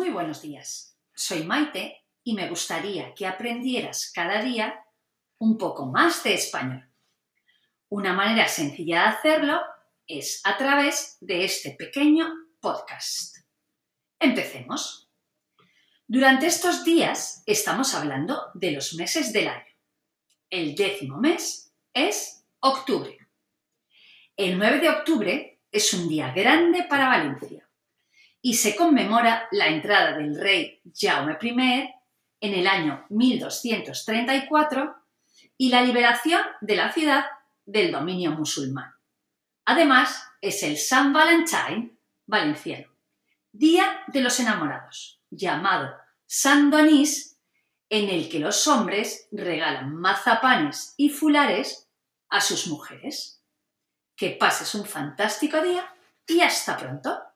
Muy buenos días. Soy Maite y me gustaría que aprendieras cada día un poco más de español. Una manera sencilla de hacerlo es a través de este pequeño podcast. Empecemos. Durante estos días estamos hablando de los meses del año. El 10º mes es octubre. El 9 de octubre es un día grande para Valencia y se conmemora la entrada del rey Jaume I en el año 1234 y la liberación de la ciudad del dominio musulmán. Además, es el Sant Valentine valenciano, Día de los Enamorados, llamado Sant Donís, en el que los hombres regalan mazapanes y fulares a sus mujeres. Que pases un fantástico día y hasta pronto.